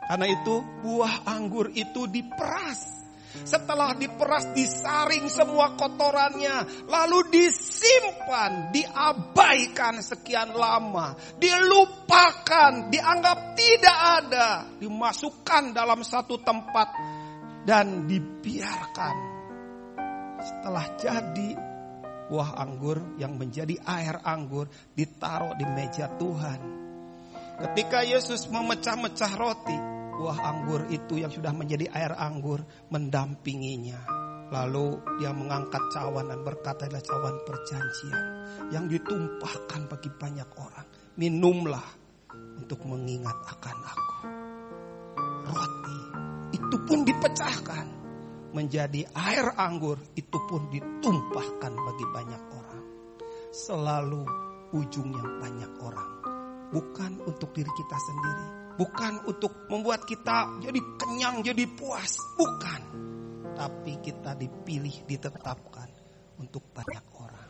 Karena itu buah anggur itu diperas. Setelah diperas, disaring semua kotorannya, lalu disimpan, diabaikan sekian lama, dilupakan, dianggap tidak ada, dimasukkan dalam satu tempat dan dibiarkan. Setelah jadi, buah anggur yang menjadi air anggur ditaruh di meja Tuhan. Ketika Yesus memecah-mecah roti, buah anggur itu yang sudah menjadi air anggur mendampinginya. Lalu dia mengangkat cawan dan berkata, adalah cawan perjanjian yang ditumpahkan bagi banyak orang. Minumlah untuk mengingat akan aku. Roti itu pun dipecahkan menjadi air anggur, itu pun ditumpahkan bagi banyak orang. Selalu ujungnya banyak orang. Bukan untuk diri kita sendiri. Bukan untuk membuat kita jadi kenyang, jadi puas. Bukan. Tapi kita dipilih, ditetapkan untuk banyak orang.